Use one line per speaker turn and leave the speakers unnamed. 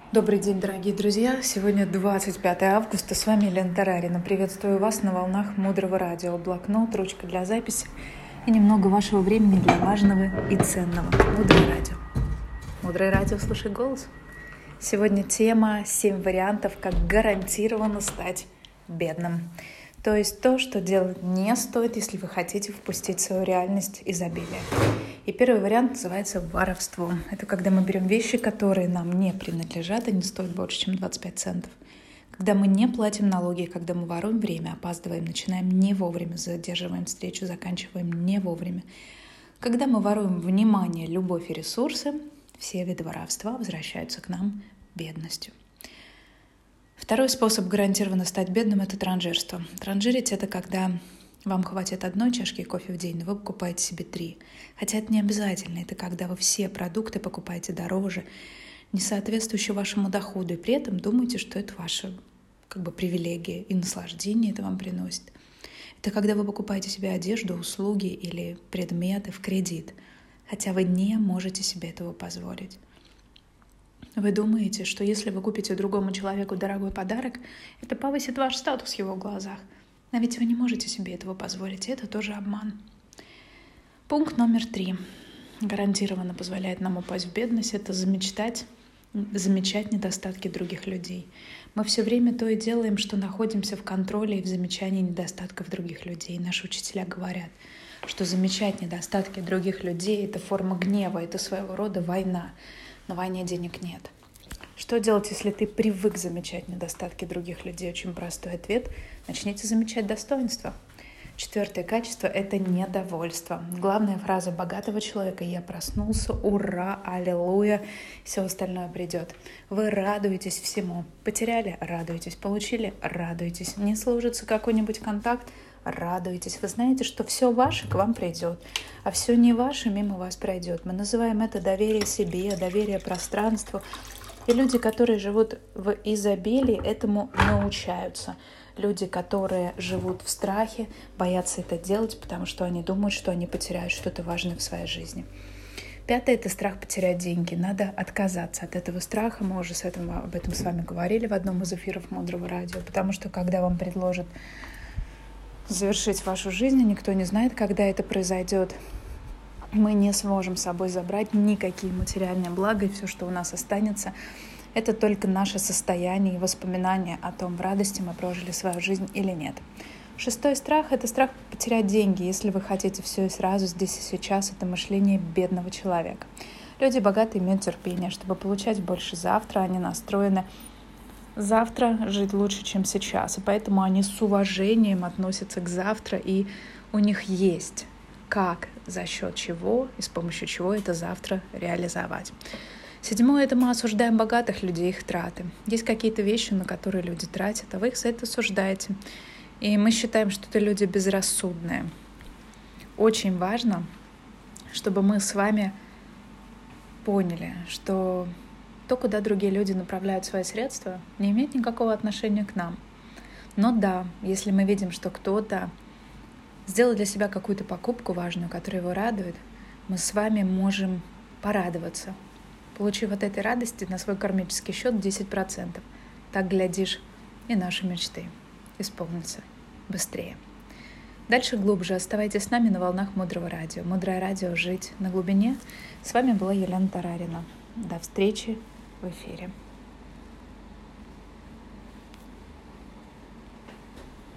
Добрый день, дорогие друзья! Сегодня 25 августа, с вами Елена Тарарина. Приветствую вас на волнах Мудрого Радио. Блокнот, ручка для записи и немного вашего времени для важного и ценного. Мудрое Радио. Мудрое Радио, слушай голос. Сегодня тема 7 вариантов, как гарантированно стать бедным. То есть то, что делать не стоит, если вы хотите впустить в свою реальность изобилие. И первый вариант называется воровство. Это когда мы берем вещи, которые нам не принадлежат, они стоят больше, чем 25 центов. Когда мы не платим налоги, когда мы воруем время, опаздываем, начинаем не вовремя, задерживаем встречу, заканчиваем не вовремя. Когда мы воруем внимание, любовь и ресурсы, все виды воровства возвращаются к нам бедностью. Второй способ гарантированно стать бедным – это транжирство. Транжирить – это когда вам хватит одной чашки кофе в день, но вы покупаете себе 3. Хотя это не обязательно. Это когда вы все продукты покупаете дороже, не соответствующие вашему доходу, и при этом думаете, что это ваша привилегия и наслаждение это вам приносит. Это когда вы покупаете себе одежду, услуги или предметы в кредит, хотя вы не можете себе этого позволить. Вы думаете, что если вы купите другому человеку дорогой подарок, это повысит ваш статус в его глазах. Но ведь вы не можете себе этого позволить, и это тоже обман. Пункт номер 3. Гарантированно позволяет нам упасть в бедность – это замечать недостатки других людей. Мы все время то и делаем, что находимся в контроле и в замечании недостатков других людей. Наши учителя говорят, что замечать недостатки других людей – это форма гнева, это своего рода война. На войне денег нет. Что делать, если ты привык замечать недостатки других людей? Очень простой ответ. Начните замечать достоинства. 4 качество – это недовольство. Главная фраза богатого человека – «Я проснулся, ура, аллилуйя, все остальное придет». Вы радуетесь всему. Потеряли – радуетесь. Получили – радуетесь. Не сложится какой-нибудь контакт – радуетесь. Вы знаете, что все ваше к вам придет, а все не ваше мимо вас пройдет. Мы называем это доверие себе, доверие пространству. И люди, которые живут в изобилии, этому научаются. Люди, которые живут в страхе, боятся это делать, потому что они думают, что они потеряют что-то важное в своей жизни. 5 – это страх потерять деньги. Надо отказаться от этого страха. Мы уже об этом с вами говорили в одном из эфиров Мудрого Радио, потому что когда вам предложат завершить вашу жизнь, никто не знает, когда это произойдет. Мы не сможем с собой забрать никакие материальные блага, и все, что у нас останется, это только наше состояние и воспоминания о том, в радости мы прожили свою жизнь или нет. 6 страх – это страх потерять деньги. Если вы хотите все и сразу, здесь и сейчас, это мышление бедного человека. Люди богатые имеют терпение, чтобы получать больше завтра, они настроены завтра жить лучше, чем сейчас. И поэтому они с уважением относятся к завтра, и у них есть как, за счет чего и с помощью чего это завтра реализовать. 7 – это мы осуждаем богатых людей, их траты. Есть какие-то вещи, на которые люди тратят, а вы их за это осуждаете. И мы считаем, что это люди безрассудные. Очень важно, чтобы мы с вами поняли, что то, куда другие люди направляют свои средства, не имеет никакого отношения к нам. Но да, если мы видим, что кто-то сделал для себя какую-то покупку важную, которая его радует, мы с вами можем порадоваться, получив от этой радости на свой кармический счет 10%. Так, глядишь, и наши мечты исполнятся быстрее. Дальше глубже. Оставайтесь с нами на волнах Мудрого Радио. Мудрое Радио. Жить на глубине. С вами была Елена Тарарина. До встречи в эфире.